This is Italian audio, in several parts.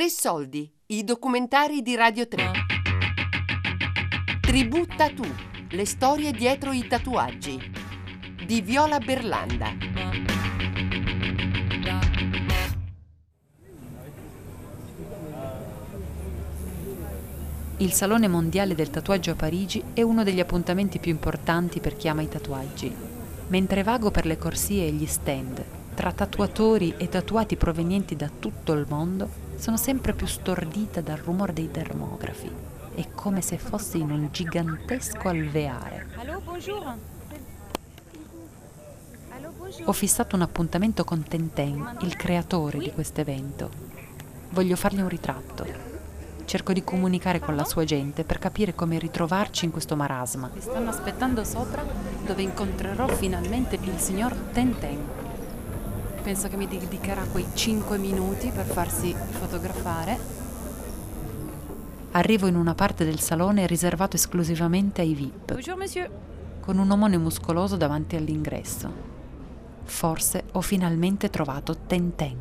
Tre soldi, i documentari di Radio 3. Tribù Tattoo, le storie dietro i tatuaggi, di Viola Berlanda. Il Salone Mondiale del Tatuaggio a Parigi è uno degli appuntamenti più importanti per chi ama i tatuaggi. Mentre vago per le corsie e gli stand, tra tatuatori e tatuati provenienti da tutto il mondo, sono sempre più stordita dal rumore dei termografi. È come se fossi in un gigantesco alveare. Allô, bonjour. Ho fissato un appuntamento con Tintin, il creatore di questo evento. Voglio fargli un ritratto. Cerco di comunicare con la sua gente per capire come ritrovarci in questo marasma. Mi stanno aspettando sopra, dove incontrerò finalmente il signor Tintin. Penso che mi dedicherà quei 5 minuti per farsi fotografare. Arrivo in una parte del salone riservato esclusivamente ai VIP, Bonjour, monsieur. con un omone muscoloso davanti all'ingresso. Forse ho finalmente trovato Tintin.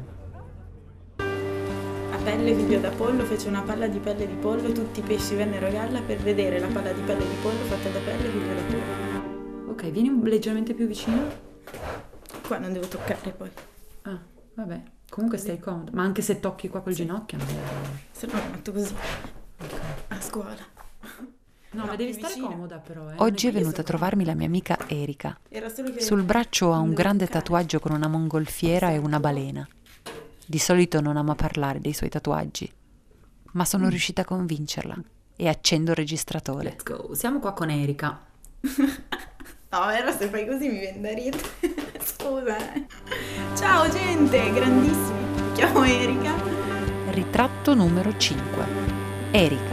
A pelle figlio da pollo fece una palla di pelle di pollo, tutti i pesci vennero a galla per vedere la palla di pelle di pollo fatta da pelle figlio da pollo. Ok, vieni leggermente più vicino. Qua non devo toccare poi. Ah, vabbè. Comunque stai comodo. Ma anche se tocchi qua col ginocchio non Se no lo metto così. A scuola. No, ma devi devi stare vicino. comoda però. Oggi è io venuta a sono trovarmi la mia amica Erika. Era solo che Sul braccio ha non un devo grande toccare. tatuaggio con una mongolfiera e una balena. Di solito non ama parlare dei suoi tatuaggi, ma sono riuscita a convincerla e accendo il registratore. Let's go. Siamo qua con Erika. No, era se fai così mi viene da ridere. Scusa. Ciao gente, grandissimi. Mi chiamo Erika. Ritratto numero 5. Erika.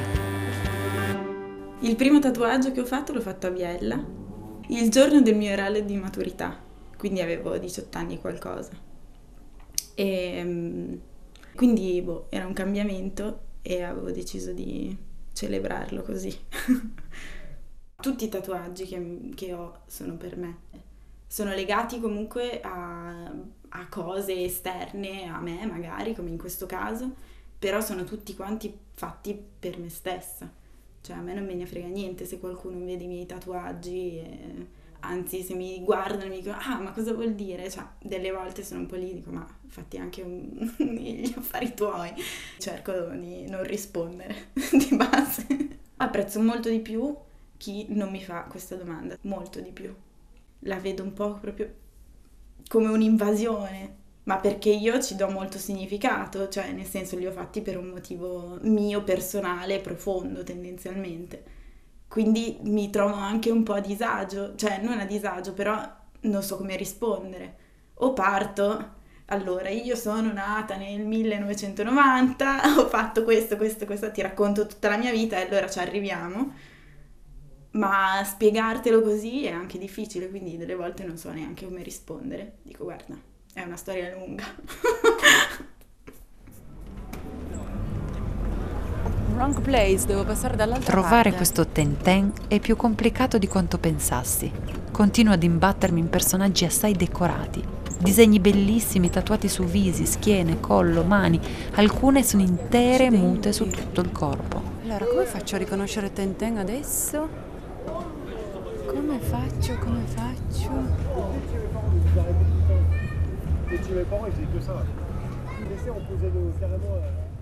Il primo tatuaggio che ho fatto l'ho fatto a Biella, il giorno del mio orale di maturità, quindi avevo 18 anni e qualcosa. E quindi era un cambiamento e avevo deciso di celebrarlo così. Tutti i tatuaggi che ho sono per me, sono legati comunque a cose esterne a me magari, come in questo caso, però sono tutti quanti fatti per me stessa. Cioè a me non me ne frega niente se qualcuno vede i miei tatuaggi, anzi se mi guardano e mi dicono ah ma cosa vuol dire? Cioè delle volte sono un po' lì, dico ma fatti anche gli affari tuoi. Cerco di non rispondere di base. Apprezzo molto di più chi non mi fa questa domanda, molto di più. La vedo un po' proprio come un'invasione. Ma perché io ci do molto significato, cioè nel senso li ho fatti per un motivo mio personale, profondo tendenzialmente. Quindi mi trovo anche un po' a disagio, cioè non a disagio, però non so come rispondere. O parto, allora io sono nata nel 1990, ho fatto questo, ti racconto tutta la mia vita e allora ci arriviamo. Ma spiegartelo così è anche difficile, quindi delle volte non so neanche come rispondere. Dico guarda, è una storia lunga. Wrong place, devo passare dall'altra Trovare parte. questo Tintin è più complicato di quanto pensassi. Continuo ad imbattermi in personaggi assai decorati. Disegni bellissimi tatuati su visi, schiene, collo, mani. Alcune sono intere mute su tutto il corpo. Allora, come faccio a riconoscere Tintin adesso? Come faccio? Et tu mes parents, ils faisaient que ça. Ils laissaient, on posait carrément.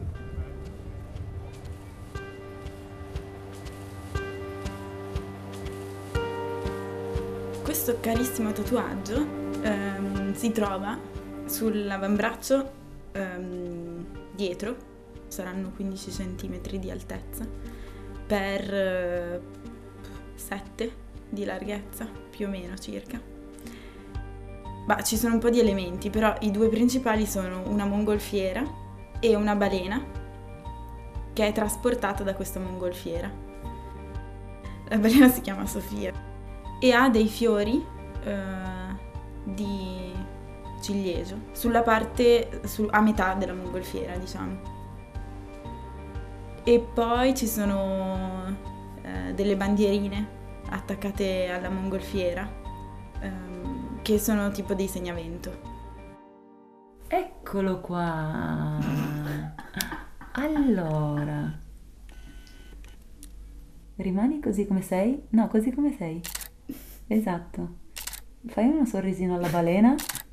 Questo carissimo tatuaggio si trova sull'avambraccio dietro, saranno 15 cm di altezza, per 7 di larghezza, più o meno circa. Ma ci sono un po' di elementi, però i due principali sono una mongolfiera e una balena che è trasportata da questa mongolfiera. La balena si chiama Sofia e ha dei fiori di ciliegio sulla parte, a metà della mongolfiera, diciamo. E poi ci sono delle bandierine attaccate alla mongolfiera che sono tipo dei segnamento. Eccolo qua. Allora, rimani così come sei? No, così come sei. Esatto. Fai uno sorrisino alla balena.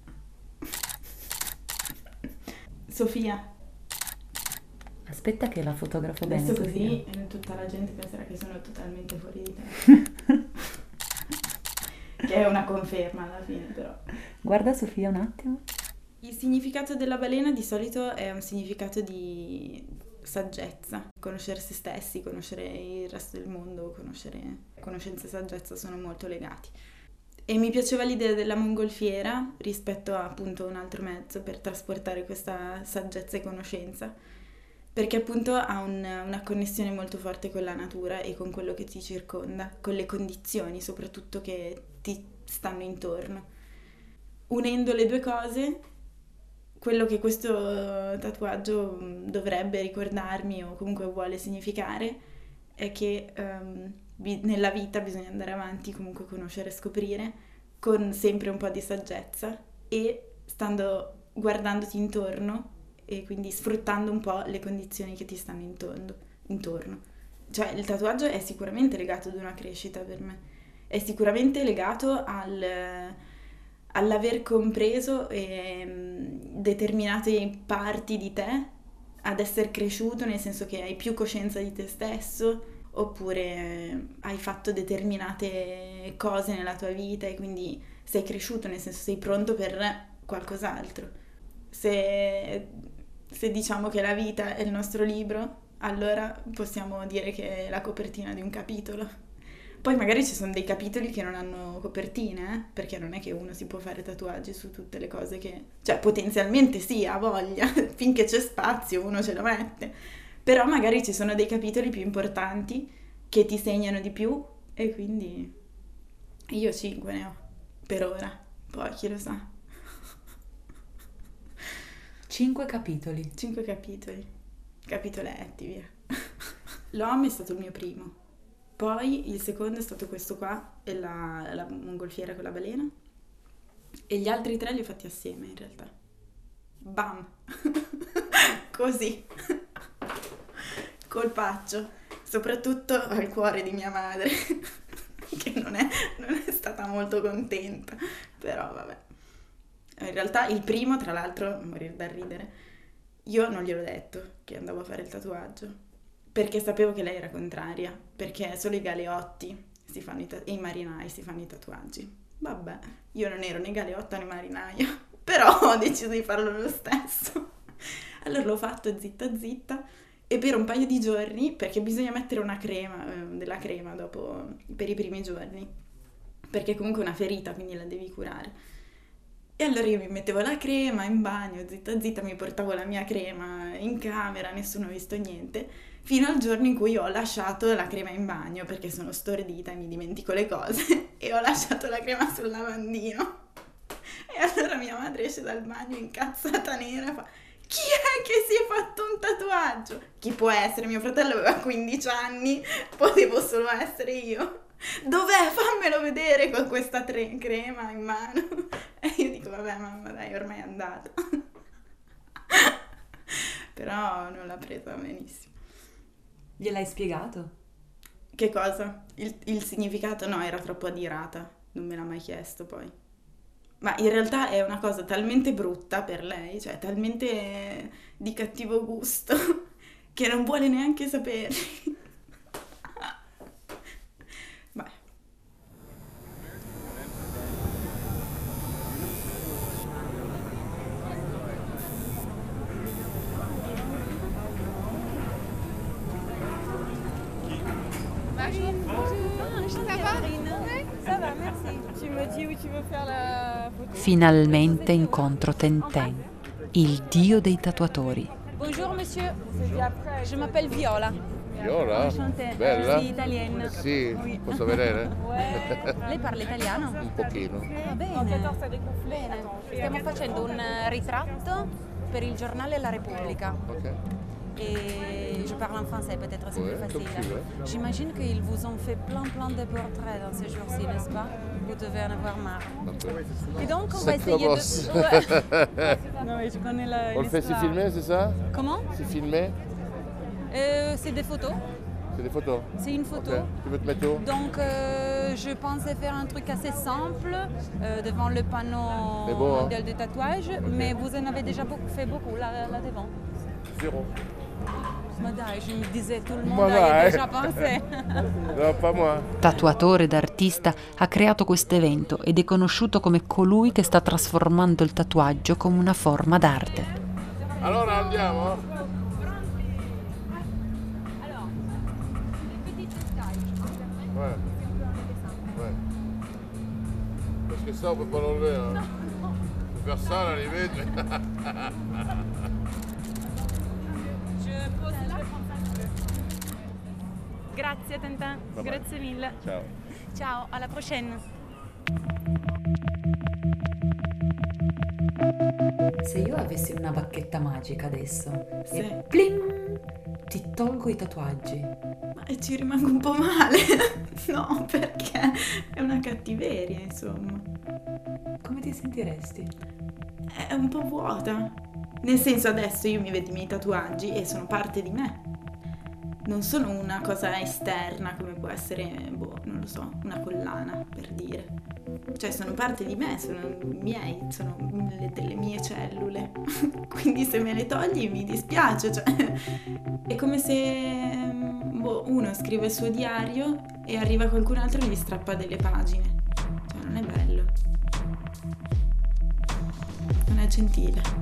Sofia, Aspetta che la fotografo bene. adesso Sofia. così tutta la gente penserà che sono totalmente fuori di te. Che è una conferma alla fine, però. Guarda Sofia un attimo. Il significato della balena di solito è un significato di saggezza, conoscere se stessi, conoscere il resto del mondo, conoscenza e saggezza sono molto legati. E mi piaceva l'idea della mongolfiera rispetto a appunto un altro mezzo per trasportare questa saggezza e conoscenza, perché appunto ha una connessione molto forte con la natura e con quello che ti circonda, con le condizioni soprattutto che ti stanno intorno. Unendo le due cose, quello che questo tatuaggio dovrebbe ricordarmi o comunque vuole significare è che nella vita bisogna andare avanti, comunque conoscere e scoprire con sempre un po' di saggezza e guardandoti intorno e quindi sfruttando un po' le condizioni che ti stanno intorno. Cioè il tatuaggio è sicuramente legato ad una crescita per me, è sicuramente legato all'aver compreso determinate parti di te, ad essere cresciuto nel senso che hai più coscienza di te stesso, oppure hai fatto determinate cose nella tua vita e quindi sei cresciuto, nel senso sei pronto per qualcos'altro. Se diciamo che la vita è il nostro libro, allora possiamo dire che è la copertina di un capitolo. Poi magari ci sono dei capitoli che non hanno copertine, perché non è che uno si può fare tatuaggi su tutte le cose che... Cioè potenzialmente sì, ha voglia, finché c'è spazio uno ce lo mette. Però magari ci sono dei capitoli più importanti che ti segnano di più e quindi io 5 ne ho per ora, poi chi lo sa. 5 capitoli. 5 capitoli, capitoletti via. L'Om è stato il mio primo, poi il secondo è stato questo qua, è la mongolfiera con la balena, e gli altri 3 li ho fatti assieme in realtà. Bam! Così. Colpaccio, soprattutto al cuore di mia madre, che non è stata molto contenta, però vabbè. In realtà il primo, tra l'altro, morire da ridere, io non gliel'ho detto che andavo a fare il tatuaggio, perché sapevo che lei era contraria, perché solo i galeotti e i marinai si fanno i tatuaggi. Vabbè, io non ero né galeotta né marinaia, però ho deciso di farlo lo stesso. Allora l'ho fatto zitta zitta e per un paio di giorni, perché bisogna mettere una crema, della crema dopo, per i primi giorni, perché comunque è una ferita, quindi la devi curare. E allora io mi mettevo la crema in bagno, zitta zitta, mi portavo la mia crema in camera, nessuno ha visto niente, fino al giorno in cui ho lasciato la crema in bagno, perché sono stordita e mi dimentico le cose, e ho lasciato la crema sul lavandino. E allora mia madre esce dal bagno incazzata nera e fa: chi è che si è fatto un tatuaggio? Chi può essere? Mio fratello aveva 15 anni, potevo solo essere io. Dov'è? Fammelo vedere con questa crema in mano. E io dico, vabbè mamma, dai, ormai è andata. Però non l'ha presa benissimo. Gliel'hai spiegato? Che cosa? Il significato? No, era troppo adirata, non me l'ha mai chiesto poi. Ma in realtà è una cosa talmente brutta per lei, cioè talmente di cattivo gusto, che non vuole neanche sapere. Beh. Finalmente incontro Tintin, il dio dei tatuatori. Bonjour monsieur, je m'appelle Viola. Viola? Enchantée. Bella? Sì, italienne. Sì, Oui. posso vedere? Lei parla italiano? Un pochino. Va bene. Stiamo facendo un ritratto per il giornale La Repubblica. Ok. Et je parle en français, peut-être c'est Ouais, plus comme facile. tu veux. J'imagine qu'ils vous ont fait plein de portraits dans ces jours-ci, n'est-ce pas? Vous devez en avoir marre. Un peu. Et donc on va Sacré essayer boss. de... Ouais. Non mais je connais On le fait s'y l'histoire. filmer, c'est ça? Comment? C'est filmé? C'est des photos. C'est des photos. C'est une photo. Ok. Tu veux te mettre où? Donc je pensais faire un truc assez simple devant le panneau C'est beau, hein? mondial des tatouages, mais vous en avez déjà fait beaucoup là devant. 0. Ma dai, je me disais tout le monde Ma y a dai. déjà pensé. No, pas moi. Tatuatore ed artista, ha creato questo evento ed è conosciuto come colui che sta trasformando il tatuaggio come una forma d'arte. Allora andiamo? Ouais. Ouais. Parce que ça, on peut pas l'enlever. Hein. On peut faire ça à la limite. Grazie Tintin, grazie mille. Ciao. Ciao, alla prochaine. Se io avessi una bacchetta magica adesso Sì. e pling, ti tolgo i tatuaggi. Ma ci rimango un po' male. No, perché è una cattiveria, insomma. Come ti sentiresti? È un po' vuota. Nel senso, adesso io mi vedo i miei tatuaggi e sono parte di me. Non sono una cosa esterna come può essere, non lo so, una collana, per dire. Cioè sono parte di me, sono miei, sono delle mie cellule. Quindi se me le togli mi dispiace, cioè è come se uno scrive il suo diario e arriva qualcun altro e gli strappa delle pagine. Cioè non è bello. Non è gentile.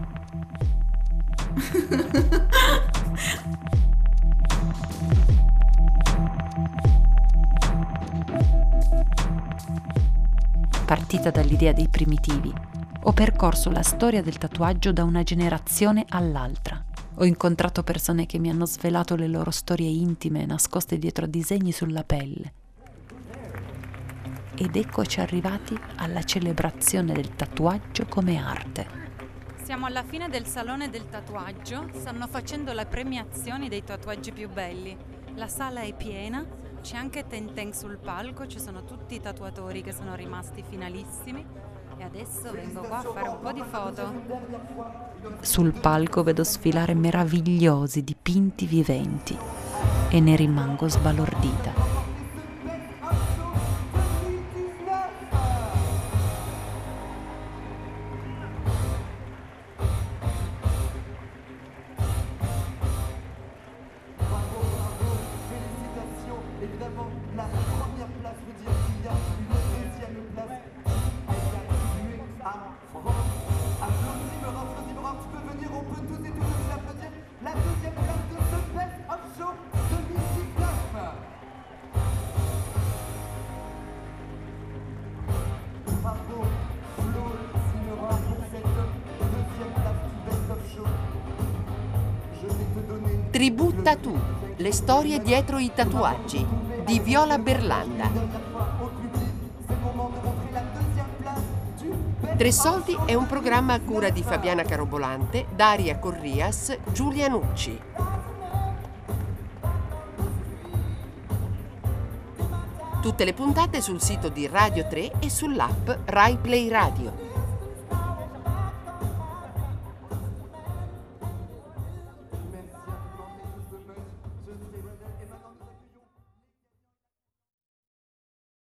Partita dall'idea dei primitivi, ho percorso la storia del tatuaggio da una generazione all'altra. Ho incontrato persone che mi hanno svelato le loro storie intime nascoste dietro a disegni sulla pelle. Ed eccoci arrivati alla celebrazione del tatuaggio come arte. Siamo alla fine del salone del tatuaggio, stanno facendo le premiazioni dei tatuaggi più belli. La sala è piena, c'è anche Tintin sul palco, ci sono tutti i tatuatori che sono rimasti finalissimi e adesso vengo qua a fare un po' di foto. Sul palco vedo sfilare meravigliosi dipinti viventi e ne rimango sbalordita. Évidemment, la première place veut dire qu'il y a une deuxième place qui a été attribuée à France. Applaudis-moi, tu peux venir, on peut tous et toutes vous applaudir. La deuxième place de ce Best of Show 2019. Bravo, Flo Simera pour cette deuxième place du Best of Show. Je vais te donner... Tribù Tattoo, le storie dietro i tatuaggi, di Viola Berlanda. Tre Soldi è un programma a cura di Fabiana Carobolante, Daria Corrias, Giulia Nucci. Tutte le puntate sul sito di Radio 3 e sull'app Rai Play Radio.